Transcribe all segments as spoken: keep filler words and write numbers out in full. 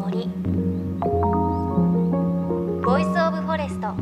森ボイスオブフォレスト。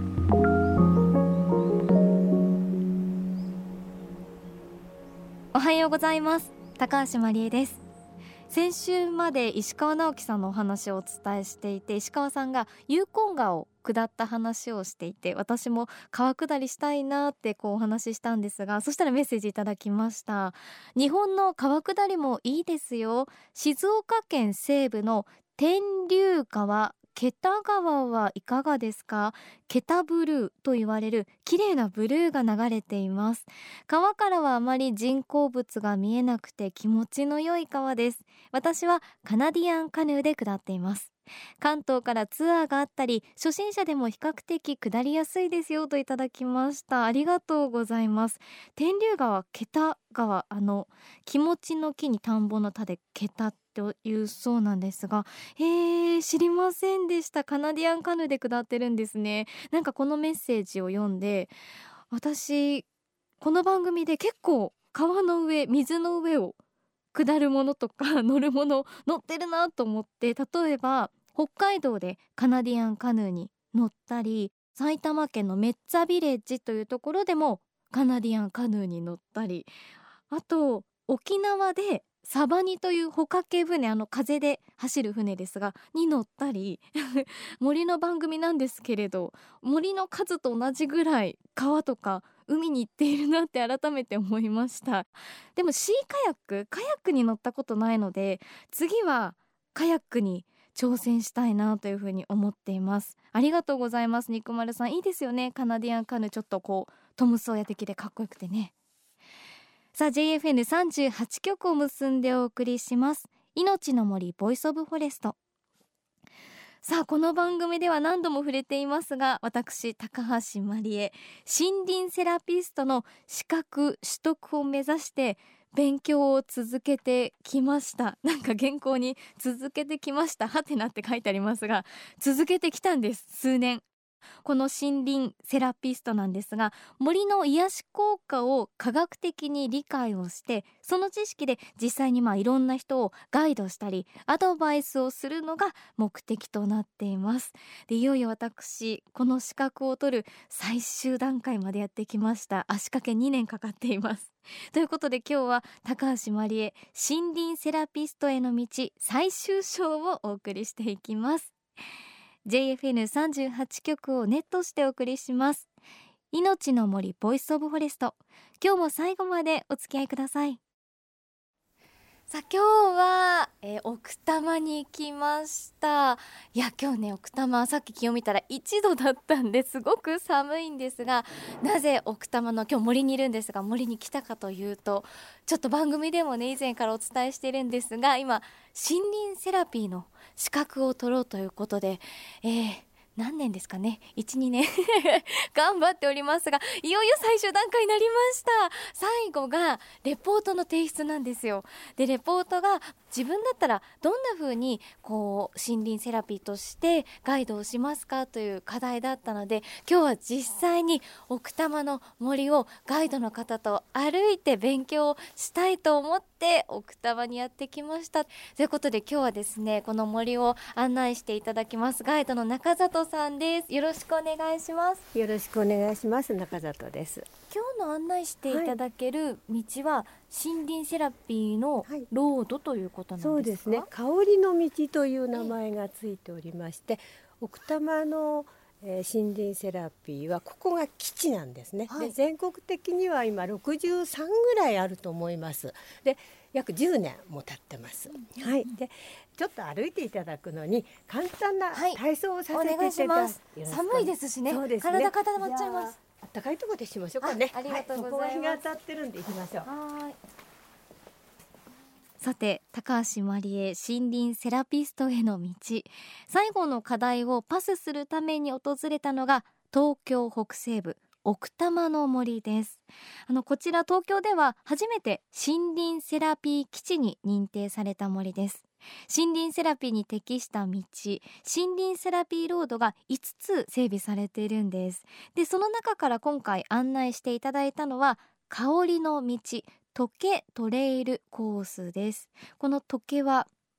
おはようございます。高橋真理恵です。先週まで石川直樹さんのお話をお伝えしていて、石川さんがユーコン川を下った話をしていて、私も川下りしたいなってこうお話ししたんですが、そしたらメッセージいただきました。日本の川下りもいいですよ。静岡県西部の天竜川、気田川はいかがですか。気田ブルーと言われる綺麗なブルーが流れています。川からはあまり人工物が見えなくて気持ちの良い川です。私はカナディアンカヌーで下っています。関東からツアーがあったり、初心者でも比較的下りやすいですよといただきました。ありがとうございます。天竜川、気田川、あの気持ちの木に田んぼの田で気田というそうなんですが、えー、知りませんでした。カナディアンカヌーで下ってるんですね。なんかこのメッセージを読んで、私この番組で結構川の上、水の上を下るものとか乗るもの乗ってるなと思って、例えば北海道でカナディアンカヌーに乗ったり、埼玉県のメッツァビレッジというところでもカナディアンカヌーに乗ったり、あと沖縄でサバニという帆掛け船、あの風で走る船ですがに乗ったり森の番組なんですけれど、森の数と同じぐらい川とか海に行っているなって改めて思いました。でもシーカヤックカヤックに乗ったことないので、次はカヤックに挑戦したいなというふうに思っています。ありがとうございます。肉丸さん、いいですよね。カナディアンカヌー、ちょっとこうトムソーヤ的でかっこよくてね。さあ ジェイエフエヌさんじゅうはち 曲を結んでお送りします。命の森ボイスオブフォレスト。さあこの番組では何度も触れていますが、私高橋真理恵、森林セラピストの資格取得を目指して勉強を続けてきました。なんか原稿に続けてきましたはてなって書いてありますが、続けてきたんです。数年この森林セラピストなんですが、森の癒し効果を科学的に理解をして、その知識で実際にまあいろんな人をガイドしたりアドバイスをするのが目的となっています。でいよいよ私この資格を取る最終段階までやってきました。足掛けにねんかかっていますということで今日は高橋真理恵森林セラピストへの道最終章をお送りしていきます。ジェイエフエヌさんじゅうはち 曲をネットしてお送りします。命の森ボイスオブフォレスト、今日も最後までお付き合いください。さあ今日は、えー、奥多摩に行きました。いや今日ね、奥多摩さっき気温見たらいちどだったんですごく寒いんですが、なぜ奥多摩の今日森にいるんですが森に来たかというと、ちょっと番組でもね以前からお伝えしているんですが、今森林セラピーの資格を取ろうということで、えー何年ですかね、 いちにねん頑張っておりますが、いよいよ最終段階になりました。最後がレポートの提出なんですよ。でレポートが自分だったらどんな風にこう森林セラピーとしてガイドをしますかという課題だったので、今日は実際に奥多摩の森をガイドの方と歩いて勉強したいと思って奥多摩にやってきました。ということで今日はですね、この森を案内していただきますガイドの中里さんです。よろしくお願いします。 よろしくお願いします。中里です。 今日の案内していただける道は、はい、森林セラピーのロードということなんですか？ そうですね、香りの道という名前がついておりまして、奥多摩の、えー、森林セラピーはここが基地なんですね、はい、で全国的には今ろくじゅうさんぐらいあると思います。で約じゅうねんも経ってます、うんはい、でちょっと歩いていただくのに簡単な体操をさせていただき、はい、お願いします。 寒いですしね、そうですね、体固まっちゃいます。 あったかいところでしましょうかね。 ありがとうございます、 はい、ここが日が当たってるんで行きましょう。 はい。さて高橋真理恵森林セラピストへの道、最後の課題をパスするために訪れたのが東京北西部奥多摩の森です。あのこちら東京では初めて森林セラピー基地に認定された森です。森林セラピーに適した道、森林セラピーロードがいつつ整備されているんです。でその中から今回案内していただいたのは香りの道、トケトレイルコースです。このトケは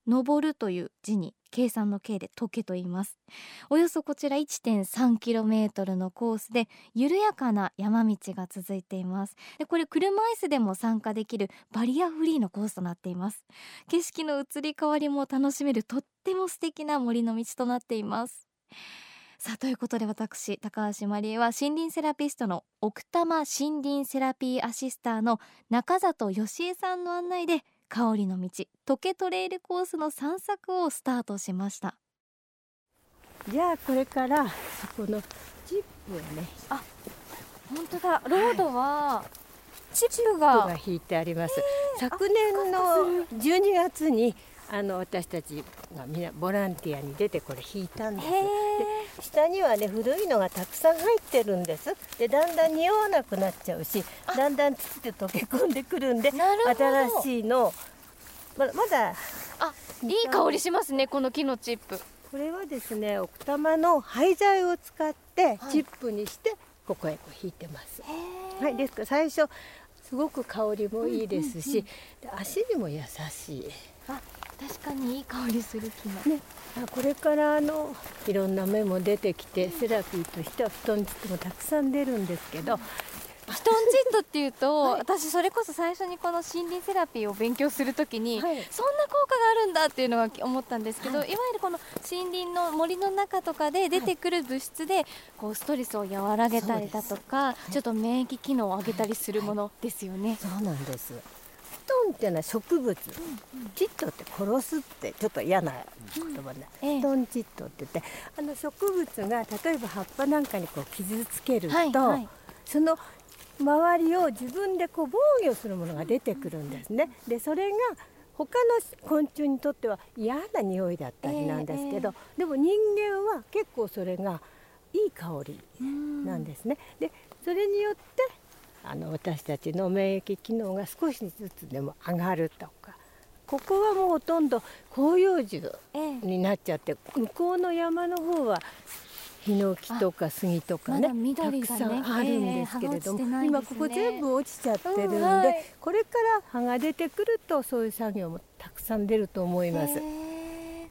登るという字に計算の計で時と言います。およそこちら いってんさんキロメートル のコースで緩やかな山道が続いています。でこれ車椅子でも参加できるバリアフリーのコースとなっています。景色の移り変わりも楽しめるとっても素敵な森の道となっています。さあということで、私高橋まりえは森林セラピストの奥多摩森林セラピーアシスターの中里義恵さんの案内で香りの道時トレイルコースの散策をスタートしました。 じゃあこれからこのチップをね、 あ、本当だ、ロードはチップチップがが引いてあります。昨年のじゅうにがつにあの私たちがみんなボランティアに出てこれ引いたんです。で下にはね古いのがたくさん入ってるんです。でだんだん匂わなくなっちゃうし、だんだん土で溶け込んでくるんで、 なるほど、 新しいのままだあ、いい香りしますね、この木のチップ。 これはですね奥多摩の廃材を使ってチップにしてここへこう引いてます。はい、ですから最初すごく香りもいいですし、で足にも優しい。 あ、確かにいい香りする木の、 ね、あこれからあのいろんな芽も出てきてセラピーとしては布団チップもたくさん出るんですけど、 ストーンチッドっていうと、 はい、 私それこそ最初にこの森林セラピーを勉強するときに、 はい、 そんな効果があるんだっていうのは思ったんですけど、はい、いわゆるこの森林の森の中とかで出てくる物質で、こうストレスを和らげたりだとか、ちょっと免疫機能を上げたりするものですよね。 そうなんです。布団っていうのは植物、うんうん、チッドって殺すってちょっと嫌な言葉で、うん、布団チッドって言って、あの植物が例えば葉っぱなんかにこう傷つけると、はいはい、その周りを自分でこう防御するものが出てくるんですね。でそれが他の昆虫にとっては嫌な匂いだったりなんですけど、えーえー、でも人間は結構それがいい香りなんですね。でそれによってあの私たちの免疫機能が少しずつでも上がるとか、ここはもうほとんど広葉樹になっちゃって、向こうの山の方はヒノキとか杉とかね、 まだね、 たくさんあるんですけれども、えーね、今ここ全部落ちちゃってるんで、うん、はい、これから葉が出てくるとそういう作業もたくさん出ると思います。えー、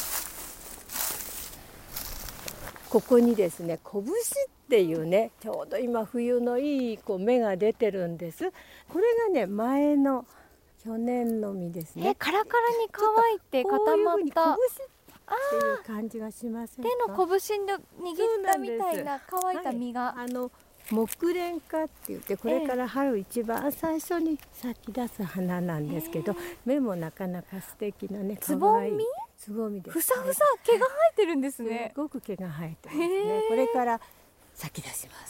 ここにですねコブシっていうね、ちょうど今冬のいいこう芽が出てるんです。これがね前の去年の実ですね。 えカラカラに乾いて固まったっていう感じがしませんか？ 手の拳で握ったみたいな乾いた実が、 はい、あの木蓮花って言ってこれから春一番最初に咲き出す花なんですけど、芽もなかなか素敵なね、 つぼみつぼみです。 ふさふさ毛が生えてるんですね。 すごく毛が生えてますね。これから咲き出します。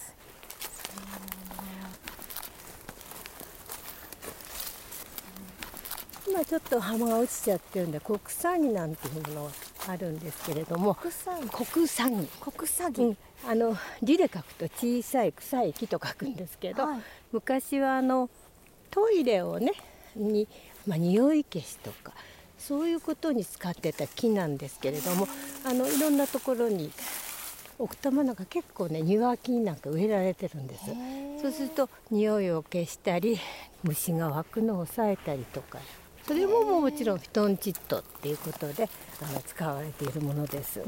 今ちょっと葉が落ちちゃってるんで国産木なんていうものがあるんですけれども、 国産国産木国産木、 うん、あの字で書くと小さい臭い木と書くんですけど、はい、昔はあのトイレをねに、まあ、匂い消しとかそういうことに使ってた木なんですけれども、あのいろんなところに奥多摩なんか結構ね庭木なんか植えられてるんです。そうすると匂いを消したり虫が湧くのを抑えたりとか、それももちろんフィトンチッドっていうことであの使われているものです。うん、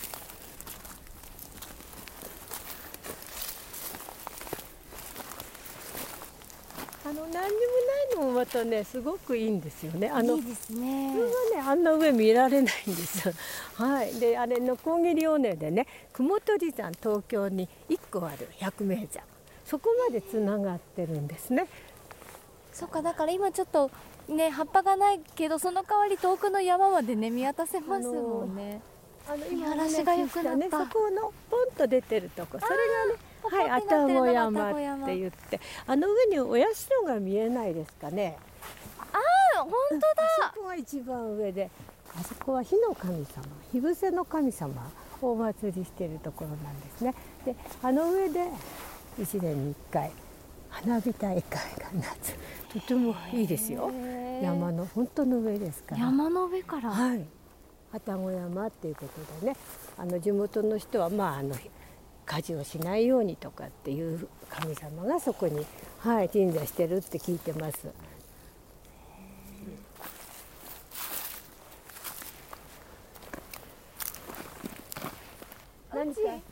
あの何にもないのもまたねすごくいいんですよね。あのいいですね。 普通はねあんな上見られないんです。はい。であれのコウギリ尾根でね雲取山東京にいっこある百名山、そこまでつながってるんですね。 そっか、だから今ちょっとね葉っぱがないけどその代わり遠くの山までね見渡せますもんね。 あの見晴らしが良くなった、 ね、そこのポンと出てるとこ、それがねはい愛宕山って言って、あの上にお社が見えないですかね。 ああ本当だ、 あそこが一番上で、あそこは火の神様、火伏せの神様をお祭りしているところなんですね。であの上でいちねんにいっかい花火大会が夏、とてもいいですよ。山の本当の上ですから。 山の上から、 はい、愛宕山っていうことでね、あの地元の人はまああの火事をしないようにとかっていう神様がそこに、はい、神社してるって聞いてます。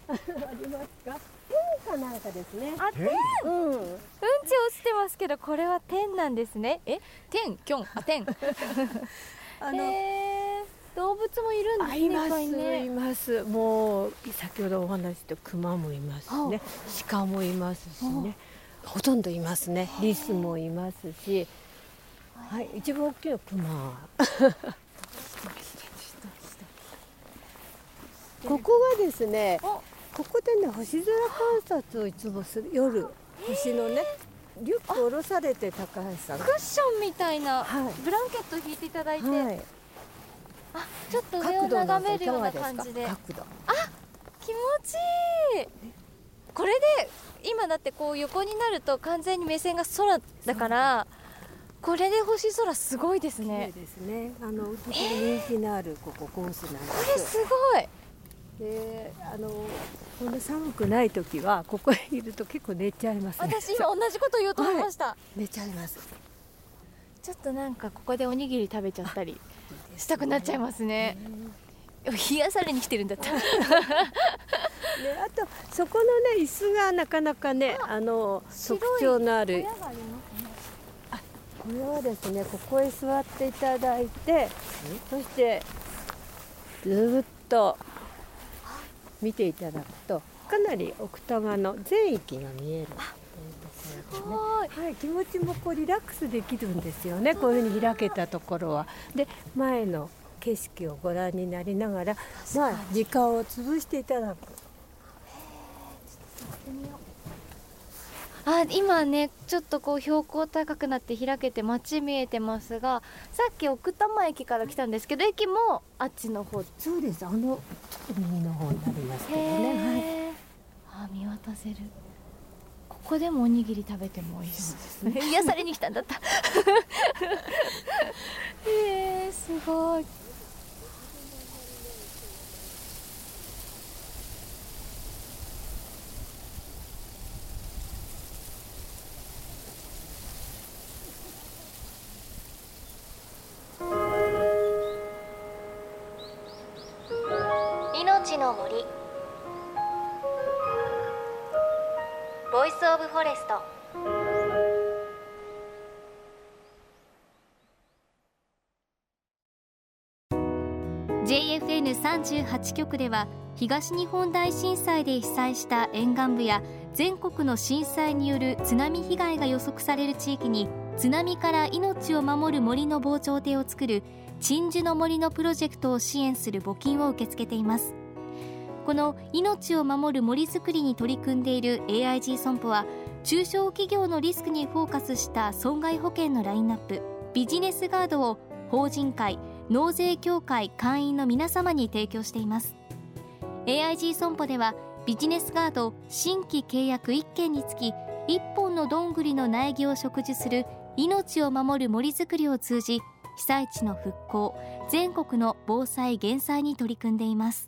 ありますか？天かなんかですね。 あ、天、 うん、 うんち落ちてますけど、これは天なんですね。え、天、キョン、あ、天あの、 えー、動物もいるんですね。 あいます、 ね、 います。もう先ほどお話した熊もいますしね、鹿もいますしね、ほとんどいますね。リスもいますし、はい、一番大きいのは熊ここはですね、ここでね星空観察をいつもする。夜星のねリュック下ろされて、高橋さんクッションみたいな、 はい、 ブランケット引いていただいて、 はい、 あ、ちょっと上を眺めるような感じで、 角度、 あ、気持ちいい。これで今だってこう横になると完全に目線が空だから、これで星空すごいですね。 綺麗ですね。あのとても人気のあるここコースなんです。 これすごい。 で、あのこんな寒くない時はここにいると結構寝ちゃいますね。 私今同じこと言おうと思いました、はい、 寝ちゃいます。 ちょっとなんかここでおにぎり食べちゃったりしたくなっちゃいますね。冷やされに来てるんだったね、 あとそこのね椅子がなかなかね、あの特徴のある、あ、これはですね、ここへ座っていただいて、そしてずっと見ていただくとかなり奥多摩の全域が見える。すごい、はい、気持ちもこうリラックスできるんですよね。こういうふうに開けたところは。で、前の景色をご覧になりながら、まあ、時間を潰していただく。 あ、今ねちょっとこう標高高くなって開けて街見えてますが、さっき奥多摩駅から来たんですけど、駅もあっちの方。 そうです、あのちょっと右の方になりますけどね、 はい、あ、見渡せる。ここでもおにぎり食べても美味しいですね。癒されに来たんだったえー、すごい。命の森、ボイスオブフォレスト。ジェイエフエヌさんじゅうはち 局では東日本大震災で被災した沿岸部や全国の震災による津波被害が予測される地域に津波から命を守る森の防潮堤を作る鎮守の森のプロジェクトを支援する募金を受け付けています。この命を守る森づくりに取り組んでいる エーアイジー 損保は中小企業のリスクにフォーカスした損害保険のラインナップビジネスガードを法人会、納税協会会員の皆様に提供しています。 エーアイジー 損保ではビジネスガード新規契約いっけんにつきいっぽんのどんぐりの苗木を植樹する命を守る森づくりを通じ、被災地の復興、全国の防災減災に取り組んでいます。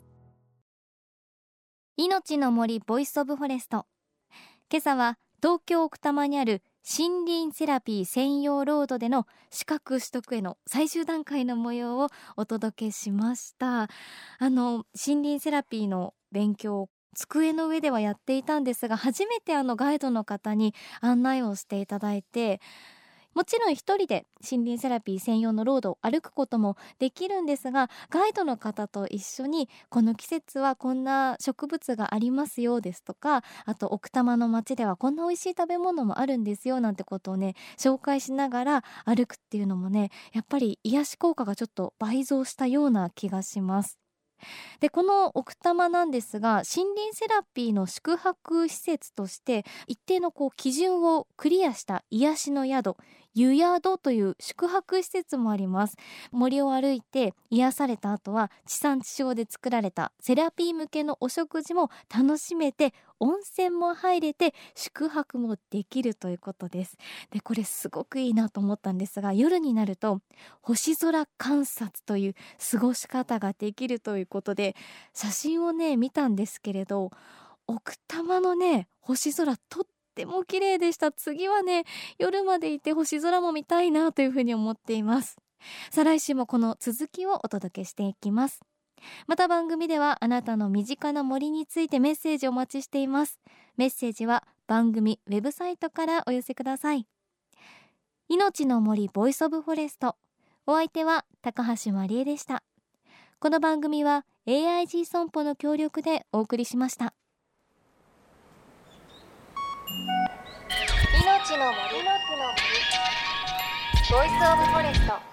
命の森ボイスオブフォレスト。今朝は東京奥多摩にある森林セラピー専用ロードでの資格取得への最終段階の模様をお届けしました。あの森林セラピーの勉強を机の上ではやっていたんですが、初めてあのガイドの方に案内をしていただいて、もちろん一人で森林セラピー専用のロードを歩くこともできるんですが、ガイドの方と一緒にこの季節はこんな植物がありますよですとか、あと奥多摩の町ではこんな美味しい食べ物もあるんですよなんてことをね紹介しながら歩くっていうのもね、やっぱり癒し効果がちょっと倍増したような気がします。でこの奥多摩なんですが、森林セラピーの宿泊施設として一定のこう基準をクリアした癒しの宿、湯宿という宿泊施設もあります。森を歩いて癒された後は地産地消で作られたセラピー向けのお食事も楽しめて、温泉も入れて宿泊もできるということです。でこれすごくいいなと思ったんですが、夜になると星空観察という過ごし方ができるということで、写真をね見たんですけれど、奥多摩のね星空とっても綺麗でした。次はね夜までいて星空も見たいなというふうに思っています。再来週もこの続きをお届けしていきます。 また番組ではあなたの身近な森についてメッセージをお待ちしています。メッセージは番組ウェブサイトからお寄せください。命の森ボイスオブフォレスト、お相手は高橋まりえでした。この番組は エーアイジー 損保の協力でお送りしました。命の森ボイスオブフォレスト。